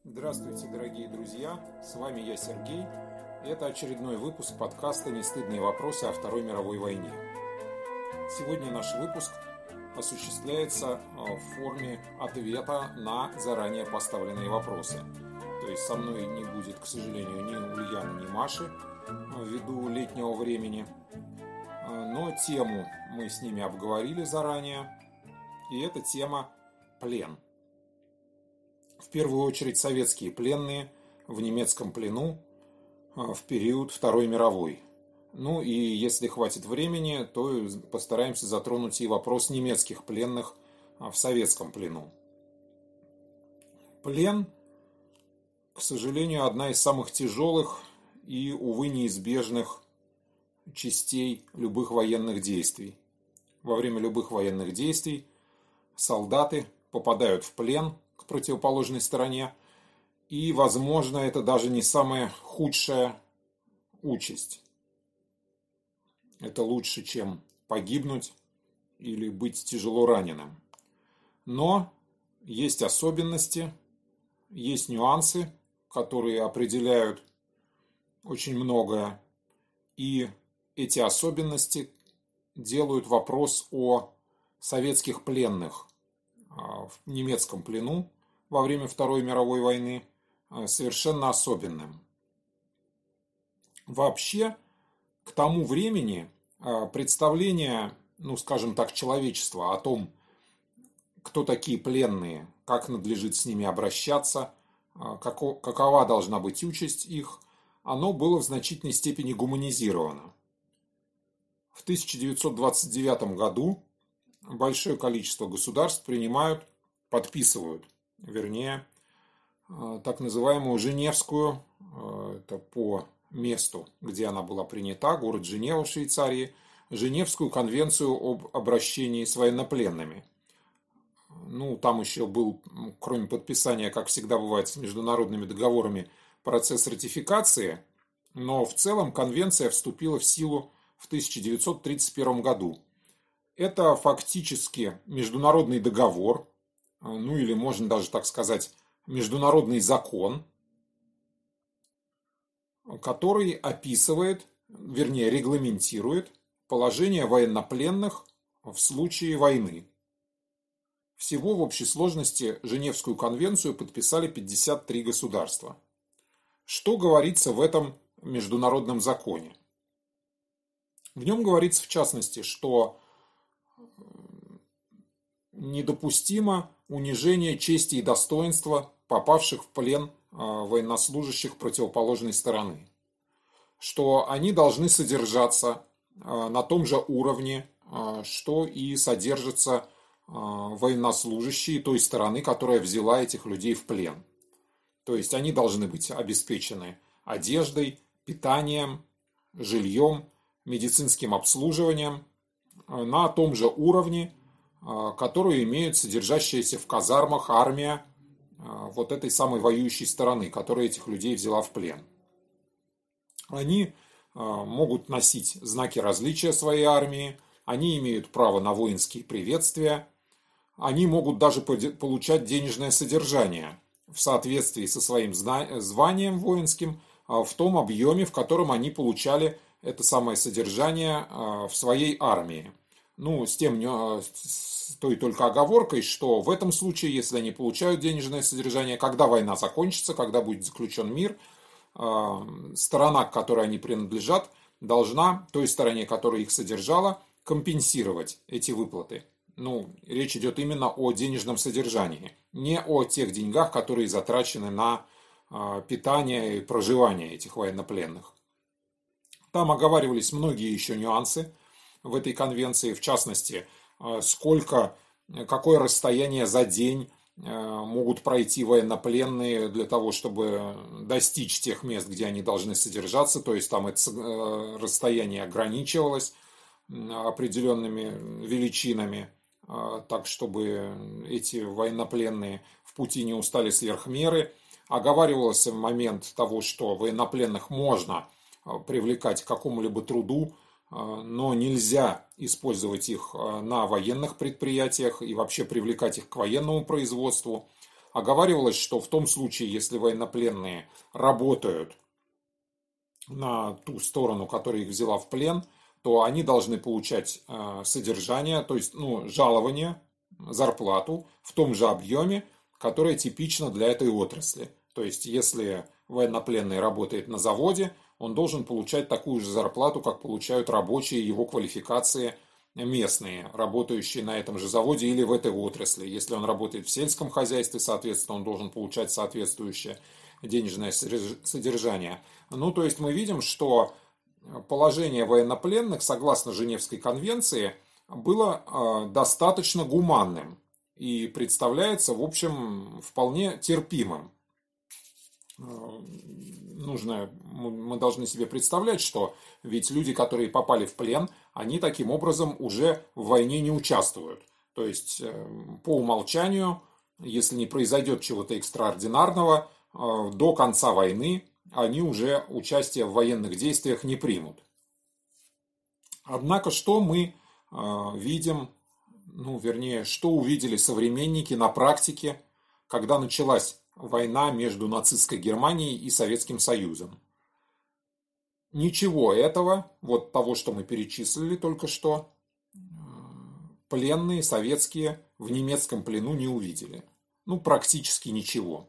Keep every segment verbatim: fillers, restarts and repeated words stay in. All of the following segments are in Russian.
Здравствуйте, дорогие друзья! С вами я, Сергей. И это очередной выпуск подкаста «Нестыдные вопросы о Второй мировой войне». Сегодня наш выпуск осуществляется в форме ответа на заранее поставленные вопросы. То есть со мной не будет, к сожалению, ни Ульяны, ни Маши ввиду летнего времени. Но тему мы с ними обговорили заранее. И эта тема – плен. В первую очередь советские пленные в немецком плену в период Второй мировой. Ну и если хватит времени, то постараемся затронуть и вопрос немецких пленных в советском плену. Плен, к сожалению, одна из самых тяжелых и, увы, неизбежных частей любых военных действий. Во время любых военных действий солдаты попадают в плен к противоположной стороне, и, возможно, это даже не самая худшая участь. Это лучше, чем погибнуть или быть тяжело раненым. Но есть особенности, есть нюансы, которые определяют очень многое, и эти особенности делают вопрос о советских пленных в немецком плену во время Второй мировой войны совершенно особенным. Вообще, к тому времени представление, ну скажем так, человечества о том, кто такие пленные, как надлежит с ними обращаться, какова должна быть участь их, оно было в значительной степени гуманизировано. В тысяча девятьсот двадцать девятом году большое количество государств принимают, подписывают, вернее, так называемую Женевскую, это по месту, где она была принята, город Женева в Швейцарии, Женевскую конвенцию об обращении с военнопленными. Ну, там еще был, кроме подписания, как всегда бывает с международными договорами, процесс ратификации, но в целом конвенция вступила в силу в тысяча девятьсот тридцать первом году. Это фактически международный договор, ну или можно даже так сказать, международный закон, который описывает, вернее регламентирует положение военнопленных в случае войны. Всего в общей сложности Женевскую конвенцию подписали пятьдесят три государства. Что говорится в этом международном законе? В нем говорится в частности, что недопустимо унижение чести и достоинства попавших в плен военнослужащих противоположной стороны, что они должны содержаться на том же уровне, что и содержатся военнослужащие той стороны, которая взяла этих людей в плен. То есть они должны быть обеспечены одеждой, питанием, жильем, медицинским обслуживанием на том же уровне, которые имеют содержащаяся в казармах армия вот этой самой воюющей стороны, которая этих людей взяла в плен. Они могут носить знаки различия своей армии, они имеют право на воинские приветствия, они могут даже получать денежное содержание в соответствии со своим званием воинским в том объеме, в котором они получали это самое содержание в своей армии. Ну, с тем, с той только оговоркой, что в этом случае, если они получают денежное содержание, когда война закончится, когда будет заключен мир, сторона, к которой они принадлежат, должна той стороне, которая их содержала, компенсировать эти выплаты. Ну, речь идет именно о денежном содержании, не о тех деньгах, которые затрачены на питание и проживание этих военнопленных. Там оговаривались многие еще нюансы в этой конвенции, в частности, сколько, какое расстояние за день могут пройти военнопленные для того, чтобы достичь тех мест, где они должны содержаться, то есть там это расстояние ограничивалось определенными величинами, так чтобы эти военнопленные в пути не устали сверх меры. Оговаривался момент того, что военнопленных можно привлекать к какому-либо труду, но нельзя использовать их на военных предприятиях и вообще привлекать их к военному производству. оговаривалось, что в том случае, если военнопленные работают на ту сторону, которая их взяла в плен, то они должны получать э, содержание, то есть ну, жалование, зарплату в том же объеме, которое типично для этой отрасли. То есть если военнопленный работает на заводе, он должен получать такую же зарплату, как получают рабочие его квалификации местные, работающие на этом же заводе или в этой отрасли. Если он работает в сельском хозяйстве, соответственно, он должен получать соответствующее денежное содержание. Ну, то есть мы видим, что положение военнопленных, согласно Женевской конвенции, было э, достаточно гуманным и представляется, в общем, вполне терпимым. Э, нужно, мы должны себе представлять, что ведь люди, которые попали в плен, они таким образом уже в войне не участвуют. То есть, э, по умолчанию, если не произойдет чего-то экстраординарного, э, до конца войны они уже участие в военных действиях не примут. Однако, что мы э, видим, ну, вернее, что увидели современники на практике, когда началась война между нацистской Германией и Советским Союзом? Ничего этого, вот того, что мы перечислили только что, э, пленные советские в немецком плену не увидели. Ну, практически ничего.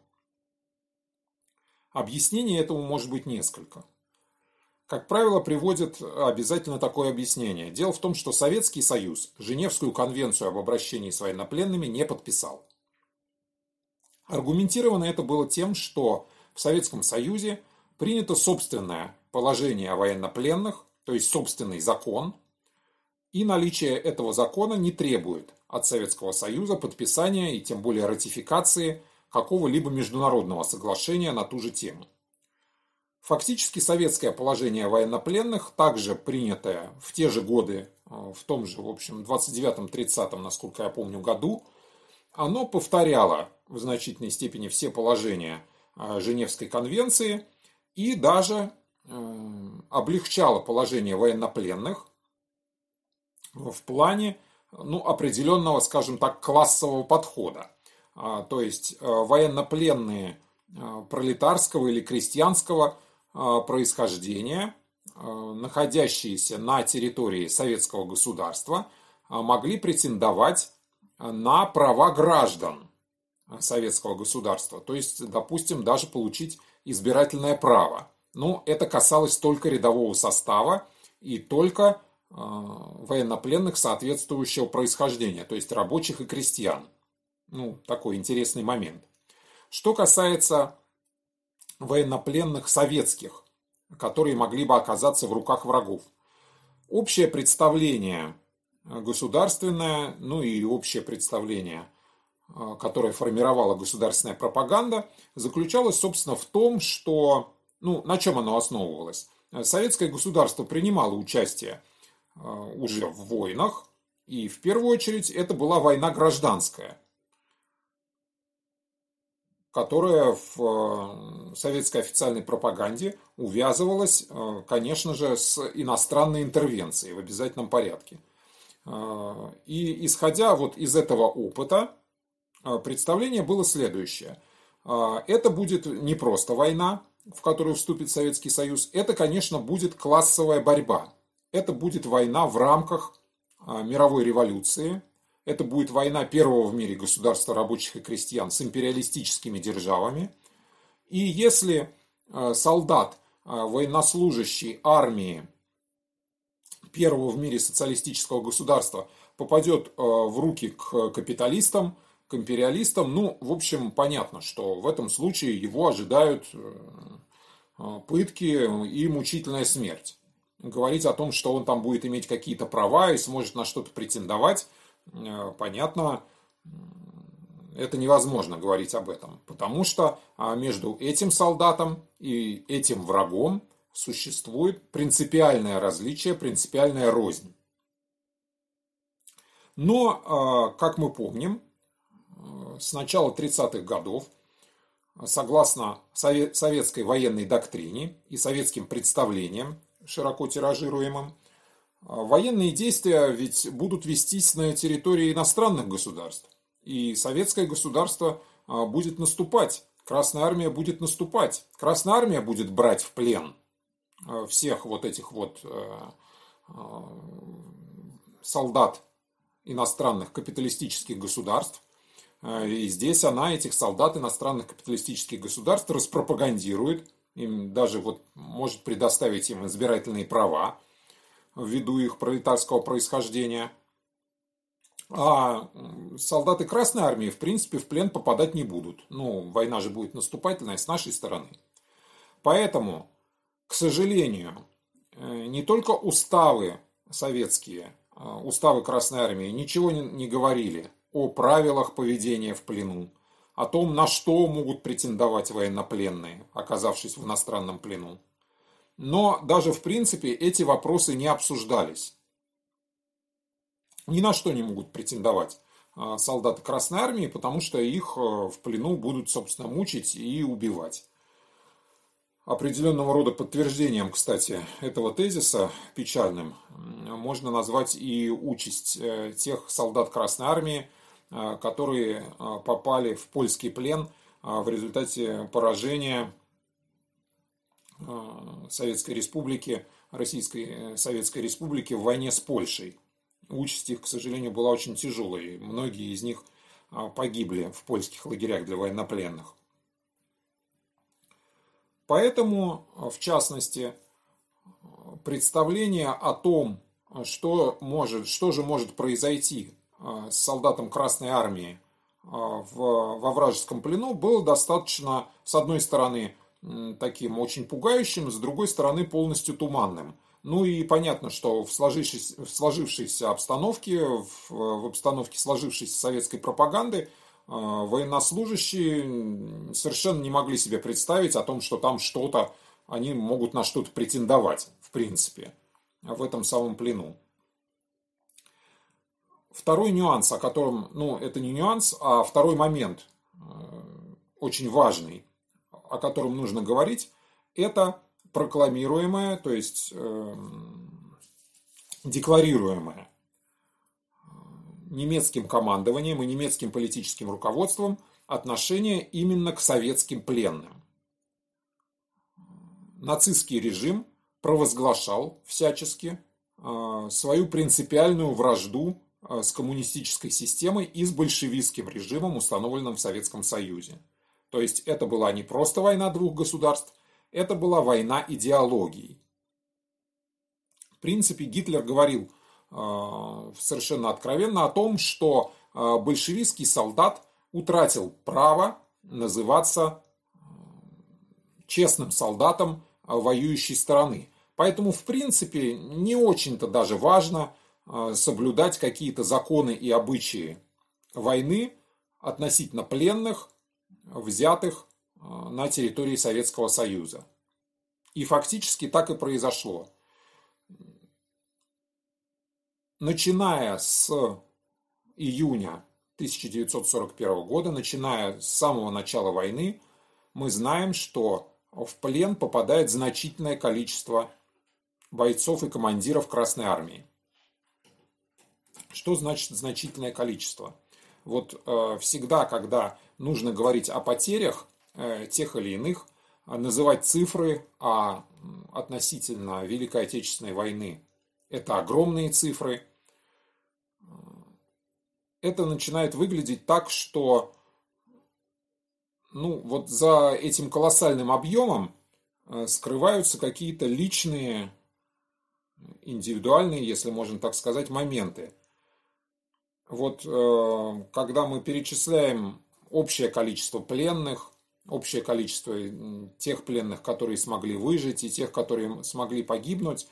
Объяснений этому может быть несколько. Как правило, приводят обязательно такое объяснение. Дело в том, что Советский Союз Женевскую конвенцию об обращении с военнопленными не подписал. Аргументировано это было тем, что в Советском Союзе принято собственное положение о военнопленных, то есть собственный закон, и наличие этого закона не требует от Советского Союза подписания и тем более ратификации какого-либо международного соглашения на ту же тему. Фактически советское положение о военнопленных, также принятое в те же годы, в том же, в общем, двадцать девятом-тридцатом, насколько я помню, году, оно повторяло в значительной степени все положения Женевской конвенции и даже облегчало положение военнопленных в плане, ну, определенного, скажем так, классового подхода. То есть военнопленные пролетарского или крестьянского происхождения, находящиеся на территории советского государства, могли претендовать на права граждан советского государства. То есть, допустим, даже получить избирательное право. Но это касалось только рядового состава и только военнопленных соответствующего происхождения, то есть рабочих и крестьян. Ну, такой интересный момент. Что касается военнопленных советских, которые могли бы оказаться в руках врагов. Общее представление государственное, ну и общее представление, которое формировала государственная пропаганда, заключалось, собственно, в том, что, ну, на чем оно основывалось? Советское государство принимало участие уже в войнах, и в первую очередь это была война гражданская, которая в советской официальной пропаганде увязывалась, конечно же, с иностранной интервенцией в обязательном порядке. И исходя вот из этого опыта, представление было следующее. Это будет не просто война, в которую вступит Советский Союз, это, конечно, будет классовая борьба. Это будет война в рамках мировой революции. Это будет война первого в мире государства рабочих и крестьян с империалистическими державами. И если солдат, военнослужащий армии первого в мире социалистического государства попадет в руки к капиталистам, к империалистам, ну, в общем, понятно, что в этом случае его ожидают пытки и мучительная смерть. Говорить о том, что он там будет иметь какие-то права и сможет на что-то претендовать, понятно, это невозможно говорить об этом, потому что между этим солдатом и этим врагом существует принципиальное различие, принципиальная рознь. Но, как мы помним, с начала тридцатых годов, согласно советской военной доктрине и советским представлениям, широко тиражируемым, военные действия ведь будут вестись на территории иностранных государств. И советское государство будет наступать. Красная армия будет наступать. Красная армия будет брать в плен всех вот этих вот солдат иностранных капиталистических государств. И здесь она этих солдат иностранных капиталистических государств распропагандирует, им даже вот может предоставить им избирательные права ввиду их пролетарского происхождения. А солдаты Красной армии, в принципе, в плен попадать не будут. Ну, война же будет наступательная с нашей стороны. Поэтому, к сожалению, не только уставы советские, уставы Красной армии ничего не говорили о правилах поведения в плену, о том, на что могут претендовать военнопленные, оказавшись в иностранном плену. Но даже в принципе эти вопросы не обсуждались. Ни на что не могут претендовать солдаты Красной армии, потому что их в плену будут, собственно, мучить и убивать. Определенного рода подтверждением, кстати, этого тезиса печальным можно назвать и участь тех солдат Красной армии, которые попали в польский плен в результате поражения Советской Республики, Российской Советской Республики в войне с Польшей. Участь их, к сожалению, была очень тяжелой. Многие из них погибли в польских лагерях для военнопленных. Поэтому, в частности, представление о том, что, может, что же может произойти с солдатом Красной армии в, во вражеском плену, было достаточно, с одной стороны, таким очень пугающим, с другой стороны, полностью туманным. Ну и понятно, что в сложившейся, в сложившейся обстановке, в, в обстановке сложившейся советской пропаганды, военнослужащие совершенно не могли себе представить о том, что там что-то, они могут на что-то претендовать, в принципе, в этом самом плену. Второй нюанс, о котором, ну, это не нюанс, а второй момент, очень важный, о котором нужно говорить, это прокламируемое, то есть э, декларируемое немецким командованием и немецким политическим руководством отношение именно к советским пленным. Нацистский режим провозглашал всячески э, свою принципиальную вражду э, с коммунистической системой и с большевистским режимом, установленным в Советском Союзе. То есть это была не просто война двух государств, это была война идеологий. В принципе, Гитлер говорил э, совершенно откровенно о том, что э, большевистский солдат утратил право называться э, честным солдатом э, воюющей стороны. Поэтому, в принципе, не очень-то даже важно э, соблюдать какие-то законы и обычаи войны относительно пленных, взятых на территории Советского Союза. И фактически так и произошло. Начиная с июня тысяча девятьсот сорок первого года, начиная с самого начала войны, мы знаем, что в плен попадает значительное количество бойцов и командиров Красной армии. Что значит значительное количество? Вот э, всегда, когда нужно говорить о потерях э, тех или иных, называть цифры а относительно Великой Отечественной войны, это огромные цифры. Это начинает выглядеть так, что ну, вот за этим колоссальным объемом э, скрываются какие-то личные, индивидуальные, если можно так сказать, моменты. Вот э, когда мы перечисляем общее количество пленных, общее количество тех пленных, которые смогли выжить, и тех, которые смогли погибнуть,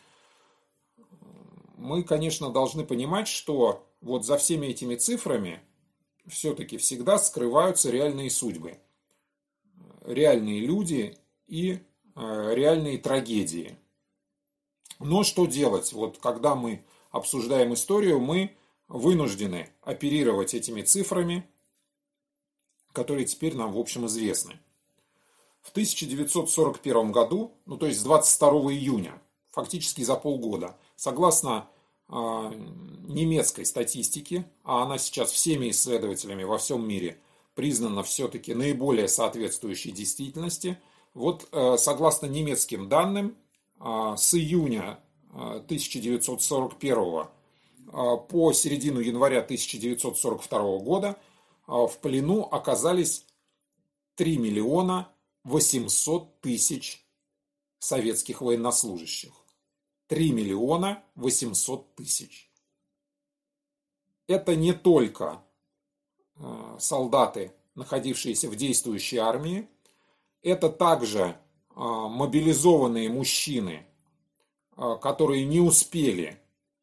мы, конечно, должны понимать, что вот за всеми этими цифрами все-таки всегда скрываются реальные судьбы, реальные люди и э, реальные трагедии. Но что делать? Вот когда мы обсуждаем историю, мы вынуждены оперировать этими цифрами, которые теперь нам, в общем, известны. В тысяча девятьсот сорок первом году, ну то есть с двадцать второго июня, фактически за полгода, согласно э, немецкой статистике, а она сейчас всеми исследователями во всем мире признана все-таки наиболее соответствующей действительности. Вот согласно немецким данным, с июня тысяча девятьсот сорок первого по середину января тысяча девятьсот сорок второго года в плену оказались три миллиона восемьсот тысяч советских военнослужащих. три миллиона восемьсот тысяч. Это не только солдаты, находившиеся в действующей армии, это также мобилизованные мужчины, которые не успели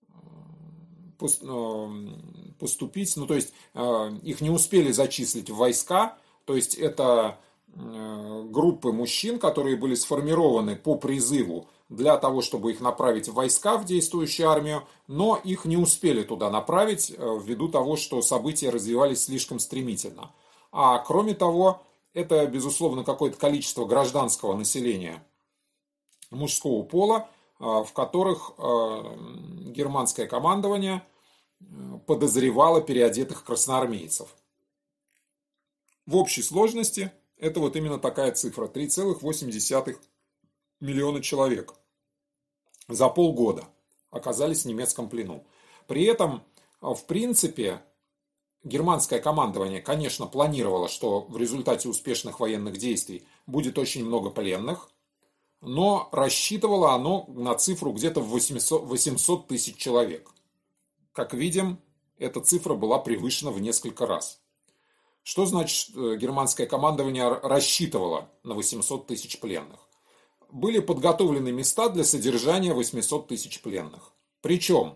поступить, ну то есть их не успели зачислить в войска, то есть это группы мужчин, которые были сформированы по призыву для того, чтобы их направить в войска, в действующую армию, но их не успели туда направить ввиду того, что события развивались слишком стремительно. А кроме того, это, безусловно, какое-то количество гражданского населения мужского пола, в которых германское командование подозревало переодетых красноармейцев. В общей сложности это вот именно такая цифра – три целых восемь десятых миллиона человек за полгода оказались в немецком плену. При этом, в принципе, германское командование, конечно, планировало, что в результате успешных военных действий будет очень много пленных, но рассчитывало оно на цифру где-то в восемьсот тысяч человек. Как видим, эта цифра была превышена в несколько раз. Что значит германское командование рассчитывало на восемьсот тысяч пленных? Были подготовлены места для содержания восьмисот тысяч пленных. Причем,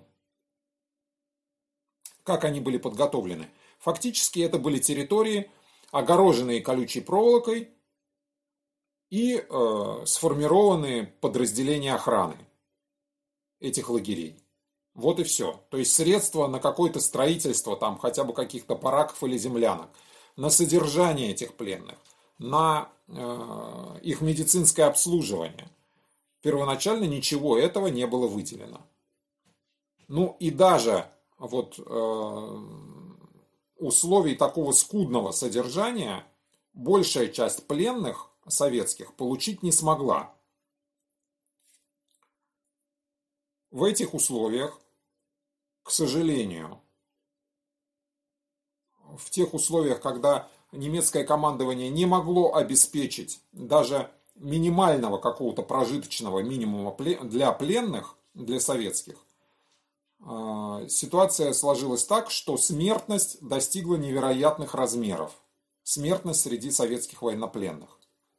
как они были подготовлены? Фактически это были территории, огороженные колючей проволокой и э, сформированные подразделения охраны этих лагерей. Вот и все. То есть средства на какое-то строительство, там хотя бы каких-то бараков или землянок, на содержание этих пленных, на э, их медицинское обслуживание. Первоначально ничего этого не было выделено. Ну и даже вот э, условий такого скудного содержания большая часть пленных советских получить не смогла. В этих условиях, к сожалению, в тех условиях, когда немецкое командование не могло обеспечить даже минимального какого-то прожиточного минимума для пленных, для советских, ситуация сложилась так, что смертность достигла невероятных размеров. Смертность среди советских военнопленных.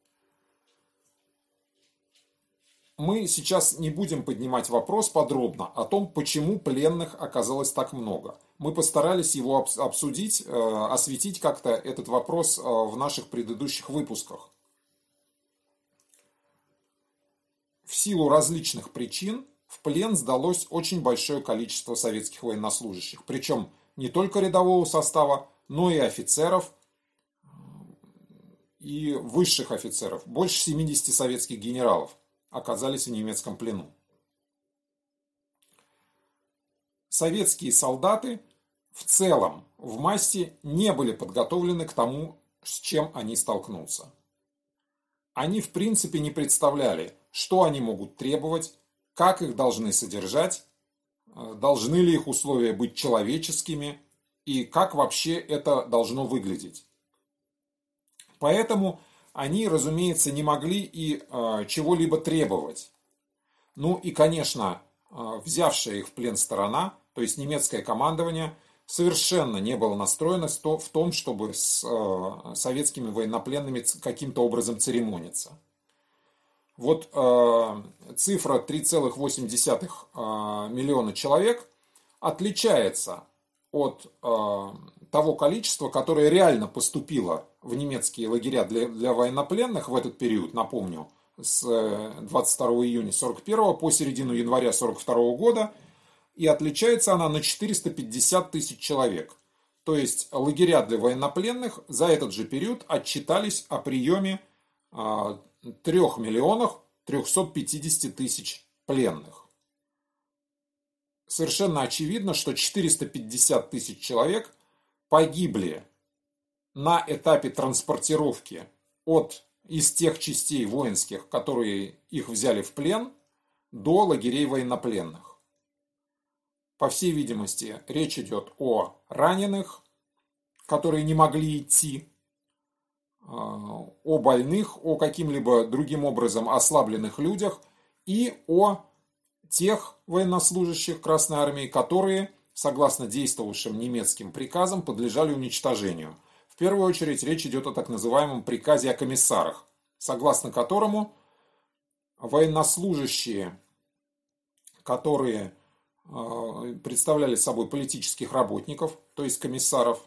Мы сейчас не будем поднимать вопрос подробно о том, почему пленных оказалось так много. Мы постарались его обсудить, осветить как-то этот вопрос в наших предыдущих выпусках. В силу различных причин в плен сдалось очень большое количество советских военнослужащих. Причем не только рядового состава, но и офицеров, и высших офицеров. Больше семидесяти советских генералов оказались в немецком плену. Советские солдаты в целом, в массе, не были подготовлены к тому, с чем они столкнутся. Они в принципе не представляли, что они могут требовать, как их должны содержать, должны ли их условия быть человеческими и как вообще это должно выглядеть. Поэтому они, разумеется, не могли и э, чего-либо требовать. Ну и, конечно, э, взявшая их в плен сторона, то есть немецкое командование, совершенно не было настроено в том, чтобы с э, советскими военнопленными каким-то образом церемониться. Вот э, цифра три целых восемь десятых э, миллиона человек отличается от э, того количества, которое реально поступило в немецкие лагеря для, для военнопленных в этот период, напомню, с двадцать второго июня сорок первого по середину января сорок второго года, и отличается она на четыреста пятьдесят тысяч человек. То есть лагеря для военнопленных за этот же период отчитались о приеме э, трёх миллионов трёхсот пятидесяти тысяч пленных. Совершенно очевидно, что четыреста пятьдесят тысяч человек погибли на этапе транспортировки от, из тех частей воинских, которые их взяли в плен, до лагерей военнопленных. По всей видимости, речь идет о раненых, которые не могли идти, о больных, о каким-либо другим образом ослабленных людях и о тех военнослужащих Красной Армии, которые, согласно действовавшим немецким приказам, подлежали уничтожению. В первую очередь речь идет о так называемом приказе о комиссарах, согласно которому военнослужащие, которые представляли собой политических работников, то есть комиссаров,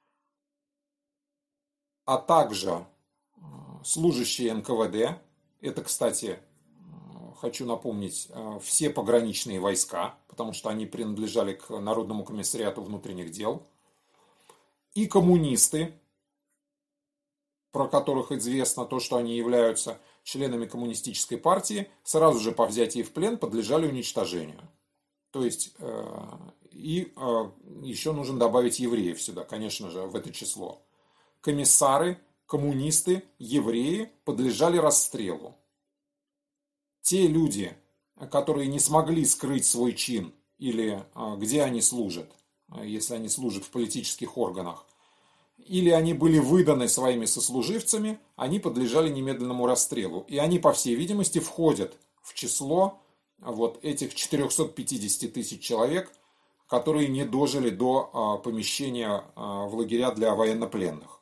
а также служащие эн ка вэ дэ, это, кстати, хочу напомнить, все пограничные войска, потому что они принадлежали к Народному комиссариату внутренних дел, и коммунисты, про которых известно то, что они являются членами коммунистической партии, сразу же по взятии в плен подлежали уничтожению. То есть, и еще нужно добавить евреев сюда, конечно же, в это число. Комиссары, коммунисты, евреи подлежали расстрелу. Те люди, которые не смогли скрыть свой чин или где они служат, если они служат в политических органах, или они были выданы своими сослуживцами, они подлежали немедленному расстрелу. И они, по всей видимости, входят в число вот этих четырехсот пятидесяти тысяч человек, которые не дожили до помещения в лагеря для военнопленных.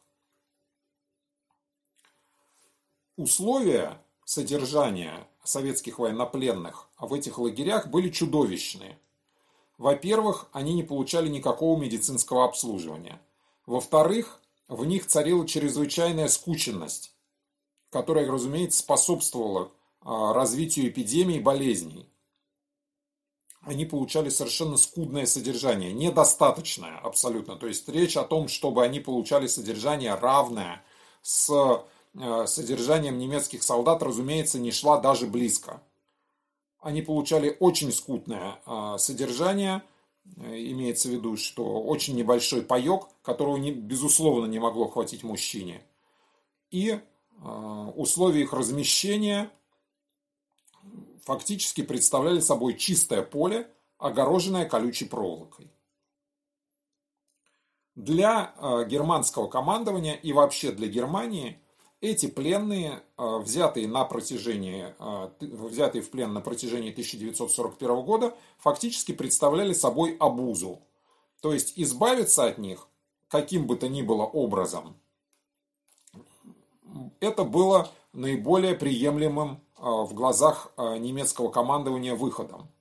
Условия содержания советских военнопленных в этих лагерях были чудовищные. Во-первых, они не получали никакого медицинского обслуживания. Во-вторых, в них царила чрезвычайная скученность, которая, разумеется, способствовала развитию эпидемий и болезней. Они получали совершенно скудное содержание, недостаточное абсолютно. То есть речь о том, чтобы они получали содержание равное с содержанием немецких солдат, разумеется, не шла даже близко. Они получали очень скудное содержание, имеется в виду, что очень небольшой паек, которого, не, безусловно, не могло хватить мужчине. И условия их размещения фактически представляли собой чистое поле, огороженное колючей проволокой. Для германского командования и вообще для Германии эти пленные, взятые, на протяжении, взятые в плен на протяжении тысяча девятьсот сорок первого года, фактически представляли собой обузу. То есть избавиться от них каким бы то ни было образом, это было наиболее приемлемым в глазах немецкого командования выходом.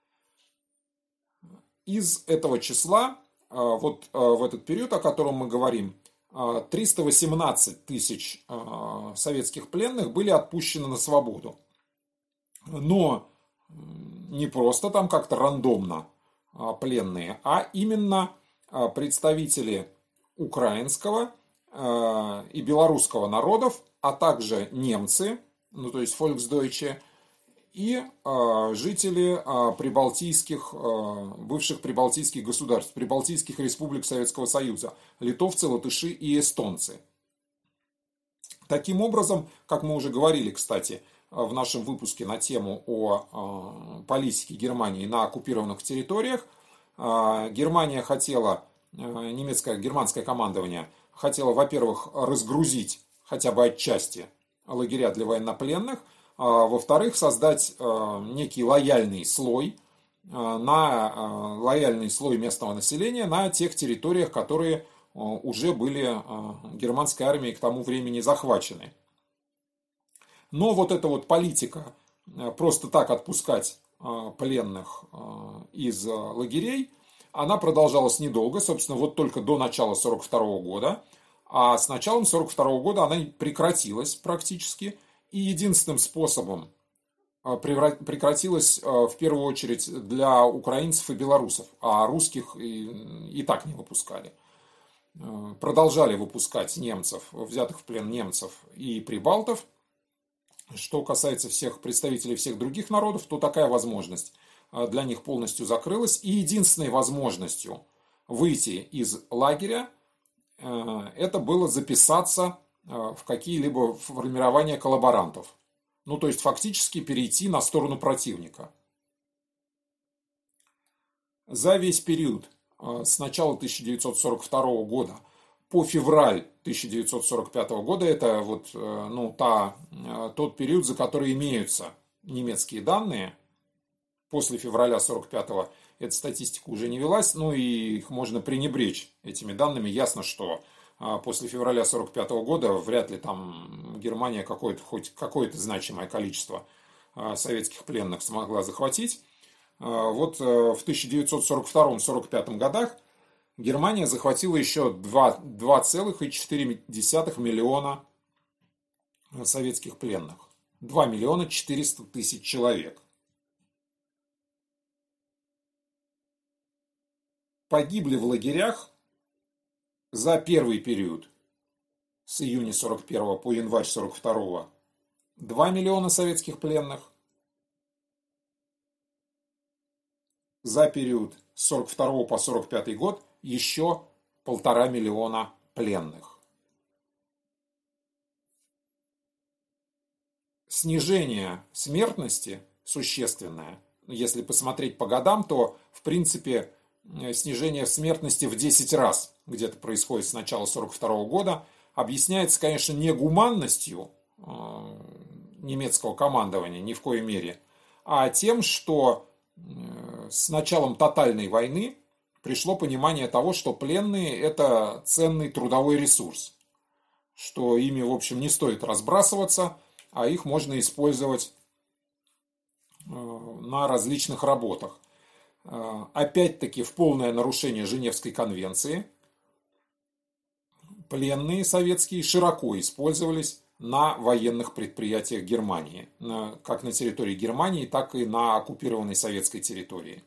Из этого числа, вот в этот период, о котором мы говорим, триста восемнадцать тысяч советских пленных были отпущены на свободу. Но не просто там как-то рандомно пленные, а именно представители украинского и белорусского народов, а также немцы, ну то есть Volksdeutsche, и жители прибалтийских, бывших прибалтийских государств, прибалтийских республик Советского Союза, литовцы, латыши и эстонцы. Таким образом, как мы уже говорили, кстати, в нашем выпуске на тему о политике Германии на оккупированных территориях, Германия хотела, немецкое, германское командование хотело, во-первых, разгрузить хотя бы отчасти лагеря для военнопленных, во-вторых, создать некий лояльный слой, на лояльный слой местного населения на тех территориях, которые уже были германской армией к тому времени захвачены. Но вот эта вот политика просто так отпускать пленных из лагерей, она продолжалась недолго, собственно, вот только до начала сорок второго года, а с началом сорок второго года она прекратилась практически. И единственным способом прекратилась в первую очередь для украинцев и белорусов, а русских и, и так не выпускали. Продолжали выпускать немцев, взятых в плен немцев и прибалтов. Что касается всех представителей всех других народов, то такая возможность для них полностью закрылась. И единственной возможностью выйти из лагеря это было записаться в какие-либо формирования коллаборантов. Ну, то есть фактически перейти на сторону противника. За весь период с начала тысяча девятьсот сорок второго года по февраль тысяча девятьсот сорок пятого года, это вот, ну, та, тот период, за который имеются немецкие данные. После февраля сорок пятого эта статистика уже не велась, ну и их можно пренебречь этими данными. Ясно, что после февраля сорок пятого года вряд ли там Германия какое-то, хоть какое-то значимое количество советских пленных смогла захватить. Вот в тысяча девятьсот сорок втором — сорок пятом годах Германия захватила еще два целых четыре десятых миллиона советских пленных. два миллиона четыреста тысяч человек. Погибли в лагерях за первый период с июня сорок первого по январь сорок второго два миллиона советских пленных. За период с сорок второго по сорок пятый год еще полтора миллиона пленных. Снижение смертности существенное. Если посмотреть по годам, то в принципе снижение смертности в десять раз где-то происходит с начала сорок второго года. Объясняется, конечно, не гуманностью немецкого командования, ни в коей мере, а тем, что с началом тотальной войны пришло понимание того, что пленные – это ценный трудовой ресурс, что ими, в общем, не стоит разбрасываться, а их можно использовать на различных работах. Опять-таки, в полное нарушение Женевской конвенции, пленные советские широко использовались на военных предприятиях Германии, как на территории Германии, так и на оккупированной советской территории.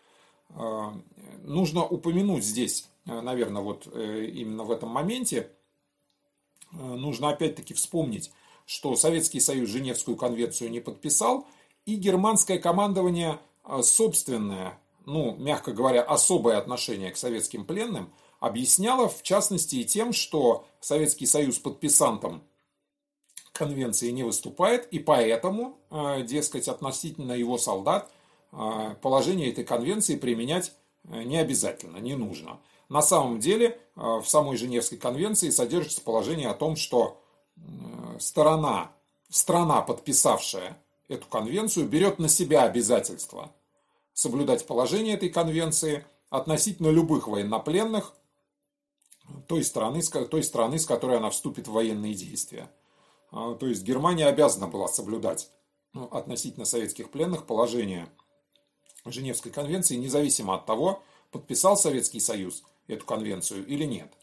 Нужно упомянуть здесь, наверное, вот именно в этом моменте, нужно опять-таки вспомнить, что Советский Союз Женевскую конвенцию не подписал, и германское командование собственное, ну, мягко говоря, особое отношение к советским пленным объясняло, в частности, и тем, что Советский Союз подписантом конвенции не выступает, и поэтому, дескать, относительно его солдат положение этой конвенции применять не обязательно, не нужно. На самом деле, в самой Женевской конвенции содержится положение о том, что сторона, страна, подписавшая эту конвенцию, берет на себя обязательство соблюдать положение этой конвенции относительно любых военнопленных той страны, той страны, с которой она вступит в военные действия. То есть Германия обязана была соблюдать, ну, относительно советских пленных положение Женевской конвенции, независимо от того, подписал Советский Союз эту конвенцию или нет.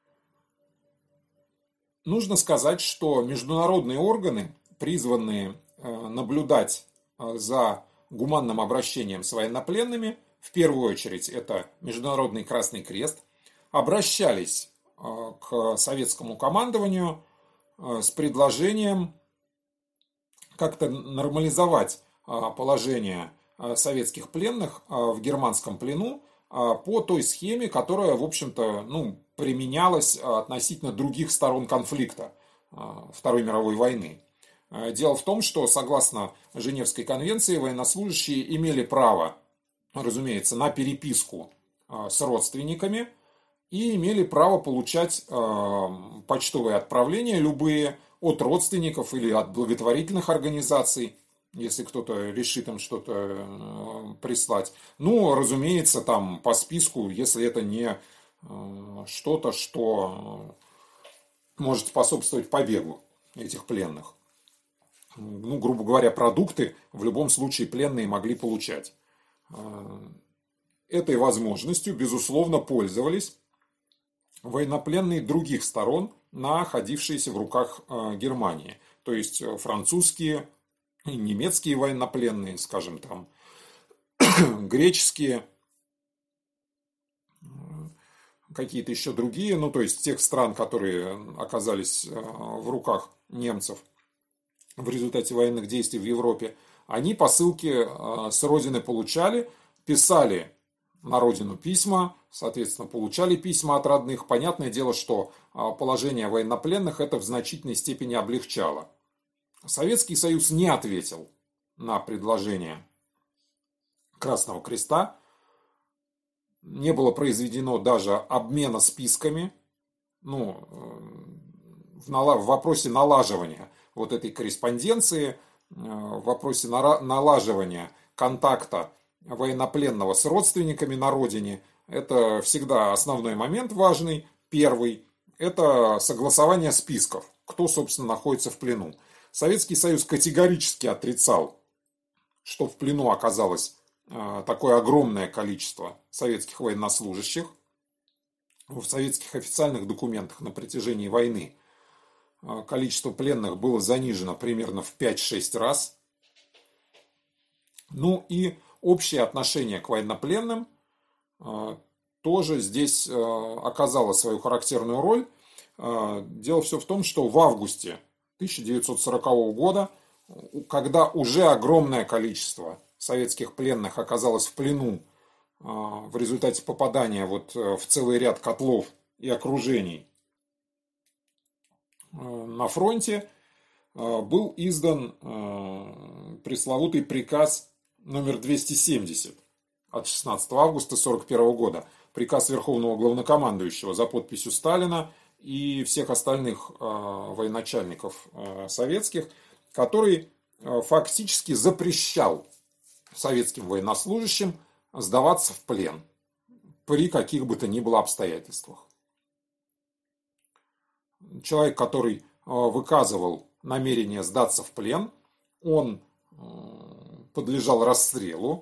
Нужно сказать, что международные органы, призванные наблюдать за гуманным обращением с военнопленными, в первую очередь это Международный Красный Крест, обращались к советскому командованию с предложением как-то нормализовать положение советских пленных в германском плену по той схеме, которая, в общем-то, ну, применялась относительно других сторон конфликта Второй мировой войны. Дело в том, что, согласно Женевской конвенции, военнослужащие имели право, разумеется, на переписку с родственниками и имели право получать почтовые отправления любые от родственников или от благотворительных организаций, если кто-то решит им что-то прислать. Ну, разумеется, там по списку, если это не что-то, что может способствовать побегу этих пленных. Ну, грубо говоря, продукты в любом случае пленные могли получать. Этой возможностью, безусловно, пользовались военнопленные других сторон, находившиеся в руках Германии. То есть французские, немецкие военнопленные, скажем там, греческие, какие-то еще другие, ну то есть тех стран, которые оказались в руках немцев в результате военных действий в Европе, они посылки с родины получали, писали на родину письма, соответственно, получали письма от родных. Понятное дело, что положение военнопленных это в значительной степени облегчало. Советский Союз не ответил на предложение Красного Креста. Не было произведено даже обмена списками, ну, в, в вопросе налаживания вот этой корреспонденции, в вопросе налаживания контакта военнопленного с родственниками на родине. Это всегда основной момент важный. Первый – это согласование списков, кто, собственно, находится в плену. Советский Союз категорически отрицал, что в плену оказалось такое огромное количество советских военнослужащих. В советских официальных документах на протяжении войны количество пленных было занижено примерно в пять-шесть раз. Ну и общее отношение к военнопленным тоже здесь оказало свою характерную роль. Дело все в том, что в августе тысяча девятьсот сорокового года, когда уже огромное количество советских пленных оказалось в плену в результате попадания вот в целый ряд котлов и окружений на фронте, был издан пресловутый приказ номер двести семьдесят от шестнадцатого августа сорок первого года. Приказ Верховного Главнокомандующего за подписью Сталина и всех остальных военачальников советских, который фактически запрещал советским военнослужащим сдаваться в плен при каких бы то ни было обстоятельствах. Человек, который выказывал намерение сдаться в плен, он подлежал расстрелу.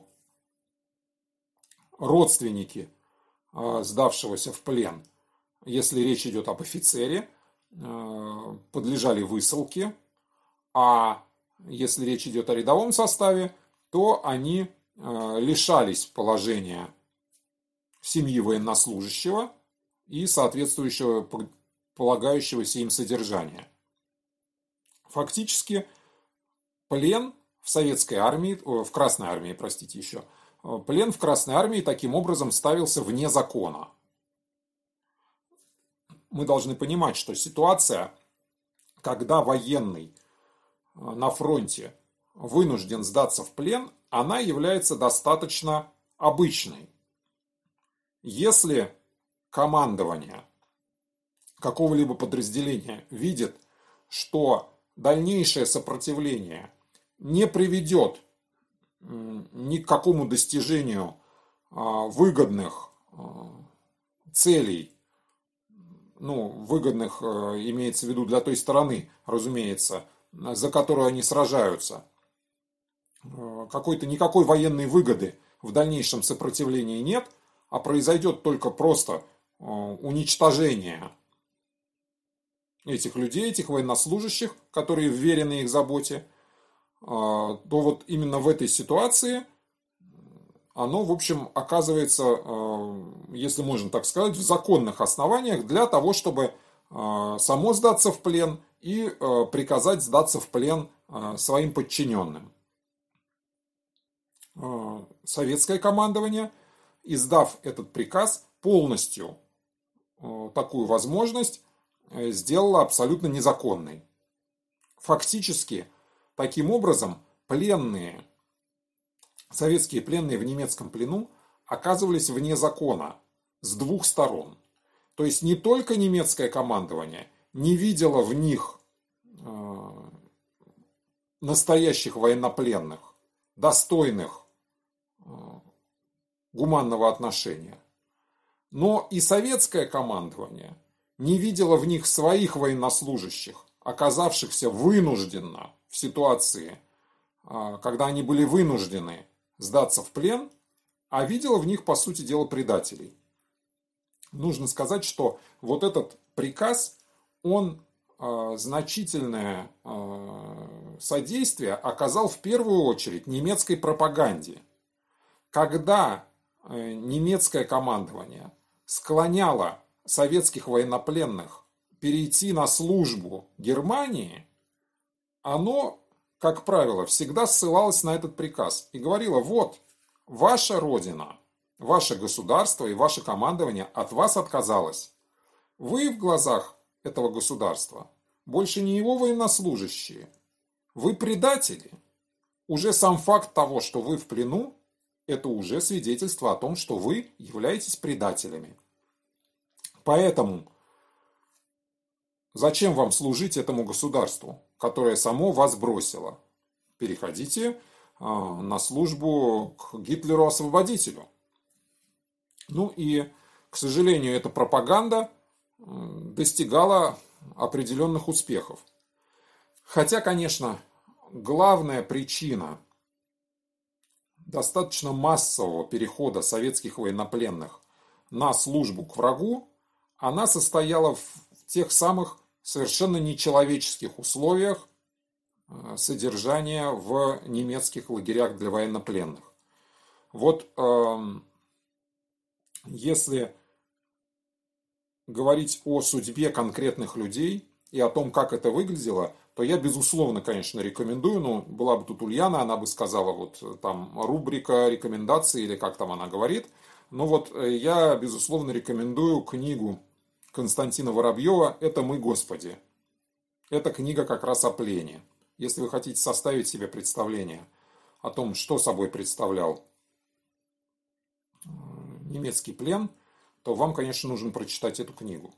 Родственники сдавшегося в плен, если речь идет об офицере, подлежали высылке, а если речь идет о рядовом составе, то они лишались положения семьи военнослужащего и соответствующего полагающегося им содержания. Фактически плен в советской армии, в Красной армии, простите еще, плен в Красной армии таким образом ставился вне закона. Мы должны понимать, что ситуация, когда военный на фронте вынужден сдаться в плен, она является достаточно обычной. Если командование какого-либо подразделения видит, что дальнейшее сопротивление не приведет ни к какому достижению выгодных целей, ну, выгодных имеется в виду для той стороны, разумеется, за которую они сражаются, какой-то никакой военной выгоды в дальнейшем сопротивлении нет, а произойдет только просто уничтожение этих людей, этих военнослужащих, которые вверены их заботе, то вот именно в этой ситуации оно, в общем, оказывается, если можно так сказать, в законных основаниях для того, чтобы само сдаться в плен и приказать сдаться в плен своим подчиненным. Советское командование, издав этот приказ, полностью такую возможность сделало абсолютно незаконной. Фактически, таким образом, пленные, советские пленные в немецком плену оказывались вне закона с двух сторон. То есть не только немецкое командование не видело в них настоящих военнопленных, достойных гуманного отношения, но и советское командование не видело в них своих военнослужащих, оказавшихся вынужденно в ситуации, когда они были вынуждены сдаться в плен, а видело в них, по сути дела, предателей. Нужно сказать, что вот этот приказ, он значительное содействие оказал в первую очередь немецкой пропаганде. Когда немецкое командование склоняло советских военнопленных перейти на службу Германии, оно, как правило, всегда ссылалось на этот приказ и говорило: вот, ваша родина ваше государство и ваше командование от вас отказалось. Вы в глазах этого государства больше не его военнослужащие. Вы предатели. Уже сам факт того, что вы в плену, это уже свидетельство о том, что вы являетесь предателями. Поэтому зачем вам служить этому государству, которое само вас бросило? Переходите на службу к Гитлеру-освободителю. Ну и, к сожалению, эта пропаганда достигала определенных успехов. Хотя, конечно, главная причина достаточно массового перехода советских военнопленных на службу к врагу, она состояла в тех самых совершенно нечеловеческих условиях содержания в немецких лагерях для военнопленных. Вот э, если говорить о судьбе конкретных людей и о том, как это выглядело, то я, безусловно, конечно, рекомендую. Ну, была бы тут Ульяна, она бы сказала, вот там рубрика рекомендаций, или как там она говорит. Но вот я, безусловно, рекомендую книгу Константина Воробьева «Это мы, Господи». Эта книга как раз о плене. Если вы хотите составить себе представление о том, что собой представлял немецкий плен, то вам, конечно, нужно прочитать эту книгу.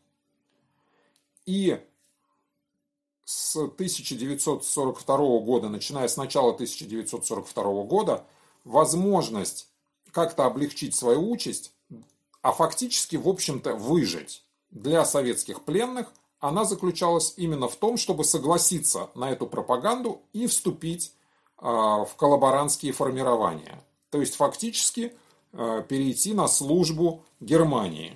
И с тысяча девятьсот сорок второго года, начиная с начала тысяча девятьсот сорок второго года, возможность как-то облегчить свою участь, а фактически, в общем-то, выжить для советских пленных, она заключалась именно в том, чтобы согласиться на эту пропаганду и вступить в коллаборантские формирования. То есть, фактически, перейти на службу Германии.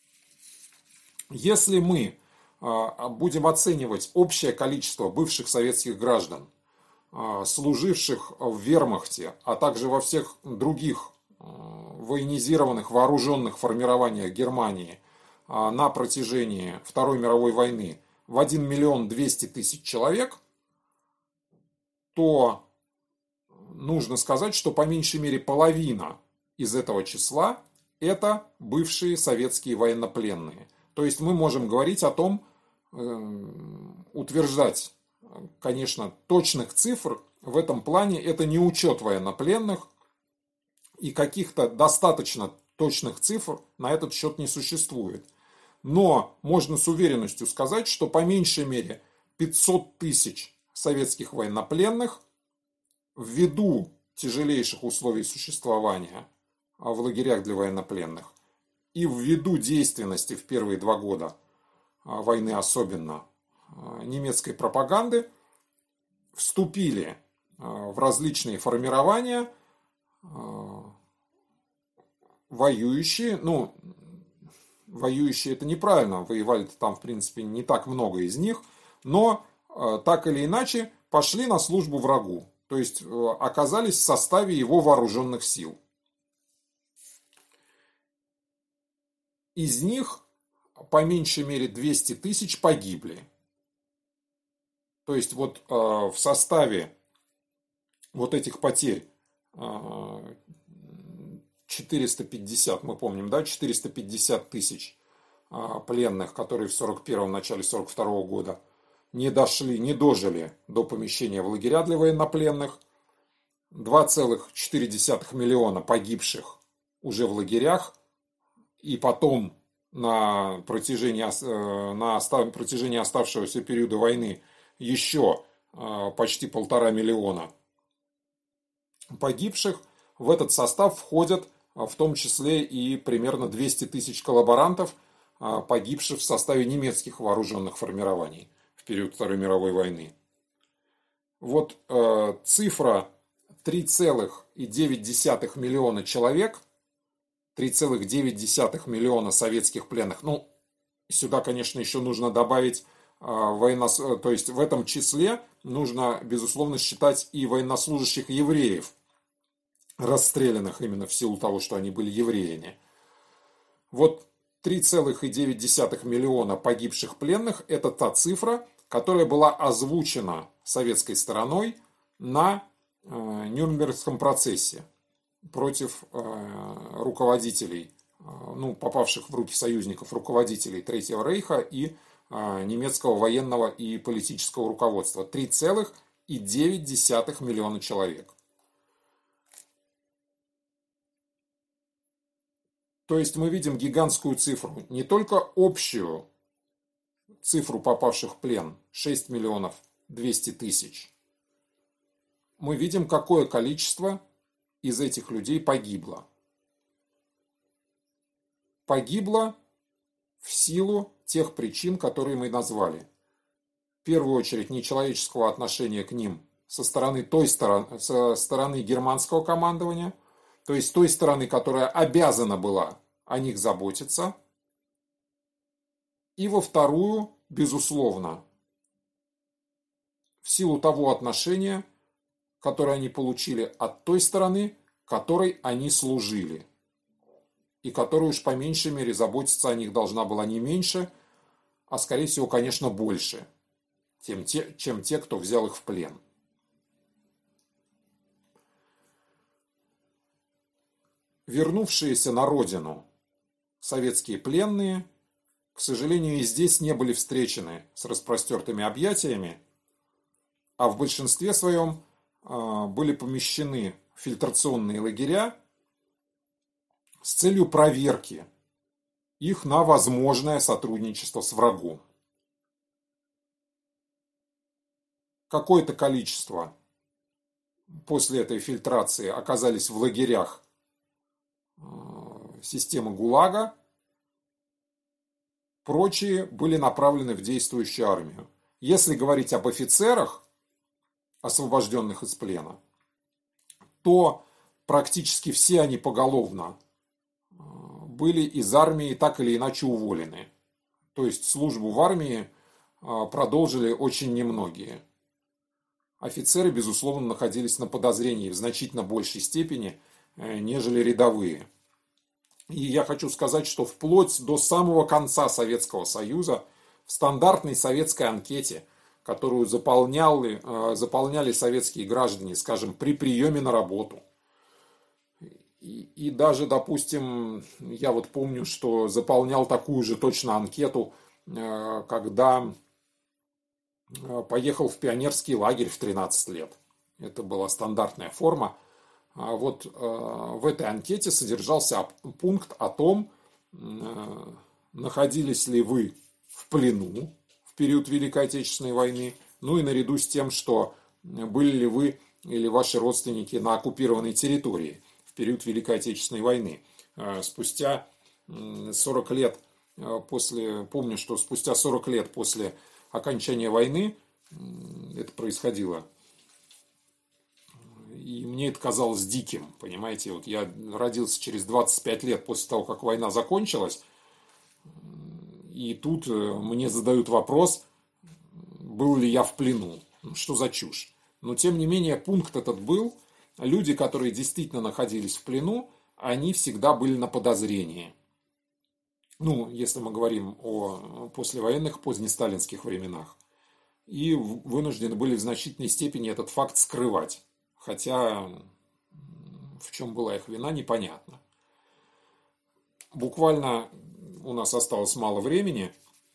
Если мы будем оценивать общее количество бывших советских граждан, служивших в вермахте, а также во всех других военизированных вооруженных формированиях Германии на протяжении Второй мировой войны в один миллион двести тысяч человек, то нужно сказать, что по меньшей мере половина из этого числа это бывшие советские военнопленные. То есть мы можем говорить о том, утверждать, конечно, точных цифр в этом плане, это не учет военнопленных, и каких-то достаточно точных цифр на этот счет не существует. Но можно с уверенностью сказать, что по меньшей мере пятьсот тысяч советских военнопленных ввиду тяжелейших условий существования в лагерях для военнопленных и ввиду действенности в первые два года войны, особенно немецкой пропаганды, вступили в различные формирования, воюющие, ну, воюющие это неправильно, воевали-то там, в принципе, не так много из них, но так или иначе пошли на службу врагу, то есть оказались в составе его вооруженных сил. Из них по меньшей мере двести тысяч погибли. То есть вот э, в составе вот этих потерь э, четыреста пятьдесят, мы помним, да, четыреста пятьдесят тысяч э, пленных, которые в сорок первом, начале сорок второго года не дошли, не дожили до помещения в лагеря для военнопленных, два целых четыре десятых миллиона погибших уже в лагерях, и потом на протяжении, на протяжении оставшегося периода войны еще почти полтора миллиона погибших. В этот состав входят в том числе и примерно двести тысяч коллаборантов, погибших в составе немецких вооруженных формирований в период Второй мировой войны. Вот цифра три целых девять десятых миллиона человек, три целых девять десятых миллиона советских пленных. Ну, сюда, конечно, еще нужно добавить э, военнос... то есть в этом числе нужно, безусловно, считать и военнослужащих евреев, расстрелянных именно в силу того, что они были евреями. Вот три целых девять десятых миллиона погибших пленных – это та цифра, которая была озвучена советской стороной на э, Нюрнбергском процессе. против руководителей, ну, попавших в руки союзников, руководителей Третьего Рейха и немецкого военного и политического руководства. три целых девять десятых миллиона человек. То есть мы видим гигантскую цифру, не только общую цифру попавших в плен, шесть миллионов двести тысяч. Мы видим, какое количество из этих людей погибло. Погибло в силу тех причин, которые мы назвали. В первую очередь, нечеловеческого отношения к ним со стороны той стороны, со стороны германского командования, то есть той стороны, которая обязана была о них заботиться. И во вторую, безусловно, в силу того отношения, которое они получили от той стороны, которой они служили. И которая уж по меньшей мере заботиться о них должна была не меньше, а скорее всего, конечно, больше, чем те, чем те, кто взял их в плен. Вернувшиеся на родину советские пленные, к сожалению, и здесь не были встречены с распростертыми объятиями, а в большинстве своем были помещены в фильтрационные лагеря с целью проверки их на возможное сотрудничество с врагом. Какое-то количество после этой фильтрации оказались в лагерях системы ГУЛАГа, прочие были направлены в действующую армию. Если говорить об офицерах, освобожденных из плена, то практически все они поголовно были из армии так или иначе уволены. То есть службу в армии продолжили очень немногие. Офицеры, безусловно, находились на подозрении в значительно большей степени, нежели рядовые. И я хочу сказать, что вплоть до самого конца Советского Союза в стандартной советской анкете, которую заполняли, заполняли советские граждане, скажем, при приеме на работу, и, и даже, допустим, я вот помню, что заполнял такую же точно анкету, когда поехал в пионерский лагерь в тринадцать лет. Это была стандартная форма. А вот в этой анкете содержался пункт о том, находились ли вы в плену в период Великой Отечественной войны, ну и наряду с тем, что были ли вы или ваши родственники на оккупированной территории в период Великой Отечественной войны. Спустя сорок лет после, помню, что спустя сорок лет после окончания войны это происходило. И мне это казалось диким, понимаете. Вот я родился через двадцать пять лет после того, как война закончилась. И тут мне задают вопрос, был ли я в плену. Что за чушь? Но тем не менее пункт этот был. Люди, которые действительно находились в плену, они всегда были на подозрении. Ну, если мы говорим о послевоенных, позднесталинских временах. И вынуждены были в значительной степени этот факт скрывать. Хотя в чем была их вина, непонятно. Буквально у нас осталось мало времени.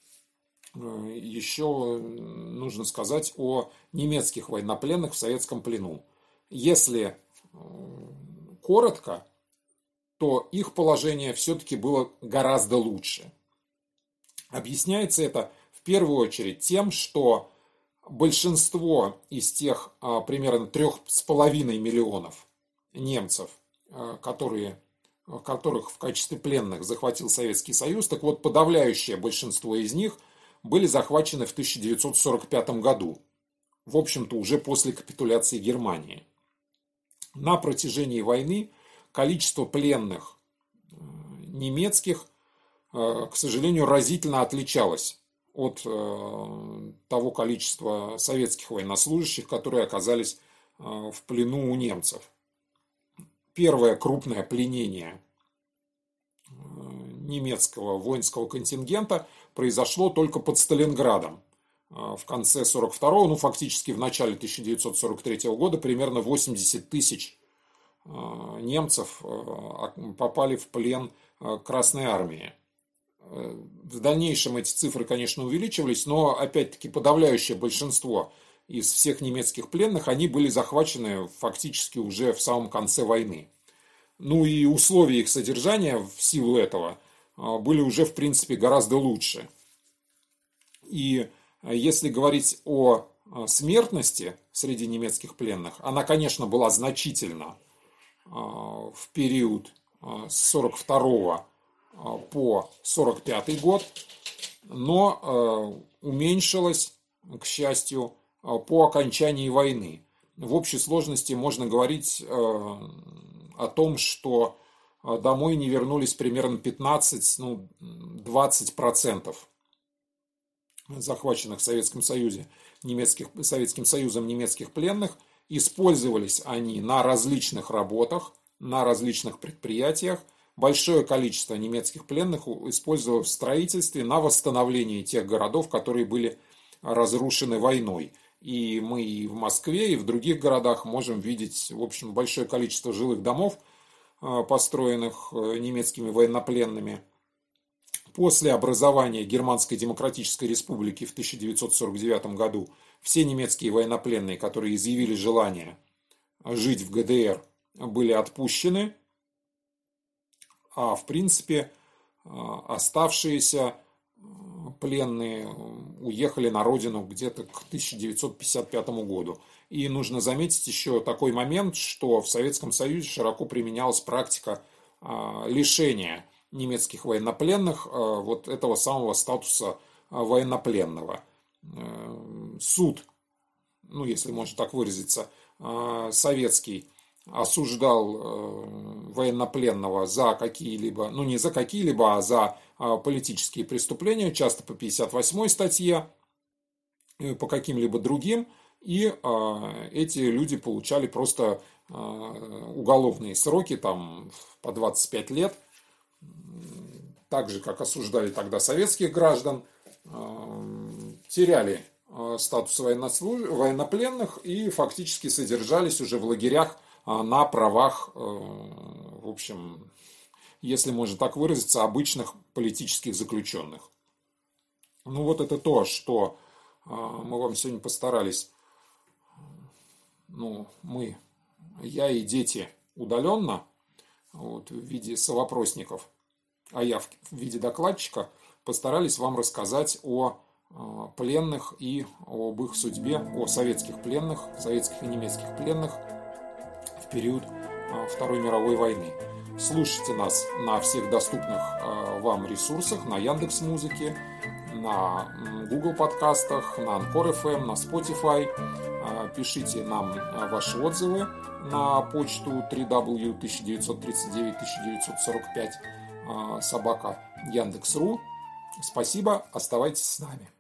Еще нужно сказать о немецких военнопленных в советском плену. Если коротко, то их положение все-таки было гораздо лучше. Объясняется это в первую очередь тем, что большинство из тех а, примерно трех с половиной миллионов немцев, а, которые, которых в качестве пленных захватил Советский Союз, так вот, подавляющее большинство из них были захвачены в тысяча девятьсот сорок пятом году, в общем-то уже после капитуляции Германии. На протяжении войны количество пленных немецких, к сожалению, разительно отличалось от того количества советских военнослужащих, которые оказались в плену у немцев. Первое крупное пленение немецкого воинского контингента произошло только под Сталинградом. В конце сорок второго, ну фактически в начале тысяча девятьсот сорок третьего года примерно восемьдесят тысяч немцев попали в плен Красной Армии. В дальнейшем эти цифры, конечно, увеличивались, но, опять-таки, подавляющее большинство из всех немецких пленных, они были захвачены фактически уже в самом конце войны. Ну и условия их содержания в силу этого были уже, в принципе, гораздо лучше. И если говорить о смертности среди немецких пленных, она, конечно, была значительна в период с сорок второго по сорок пятый год, но уменьшилась, к счастью, по окончании войны. В общей сложности можно говорить о том, что домой не вернулись примерно пятнадцать-двадцать процентов захваченных в Советском Союзе, немецких, Советским Союзом немецких пленных. Использовались они на различных работах, на различных предприятиях. Большое количество немецких пленных использовалось в строительстве, на восстановлении тех городов, которые были разрушены войной. И мы и в Москве, и в других городах можем видеть, в общем, большое количество жилых домов, построенных немецкими военнопленными. После образования Германской Демократической Республики в тысяча девятьсот сорок девятом году все немецкие военнопленные, которые изъявили желание жить в ГДР, были отпущены, а в принципе оставшиеся пленные уехали на родину где-то к тысяча девятьсот пятьдесят пятому году. И нужно заметить еще такой момент, что в Советском Союзе широко применялась практика лишения немецких военнопленных вот этого самого статуса военнопленного. Суд, ну если можно так выразиться, советский, осуждал военнопленного за какие-либо, ну не за какие-либо, а за политические преступления, часто по пятьдесят восьмой статье, по каким-либо другим, и эти люди получали просто уголовные сроки, там по двадцать пять лет, так же, как осуждали тогда советских граждан, теряли статус военнопленных и фактически содержались уже в лагерях на правах, в общем, если можно так выразиться, обычных политических заключенных. Ну вот это то, что мы вам сегодня постарались, ну, мы, я и дети удаленно, вот, в виде совопросников, а я в виде докладчика, постарались вам рассказать о пленных и об их судьбе, о советских пленных, советских и немецких пленных в период Второй мировой войны. Слушайте нас на всех доступных вам ресурсах, на Яндекс.Музыке, на Google подкастах, на Анкор эф эм, на Spotify. Пишите нам ваши отзывы на почту три дабл ю тысяча девятьсот тридцать девять тысяча девятьсот сорок пять собака Яндекс точка ру. Спасибо, оставайтесь с нами.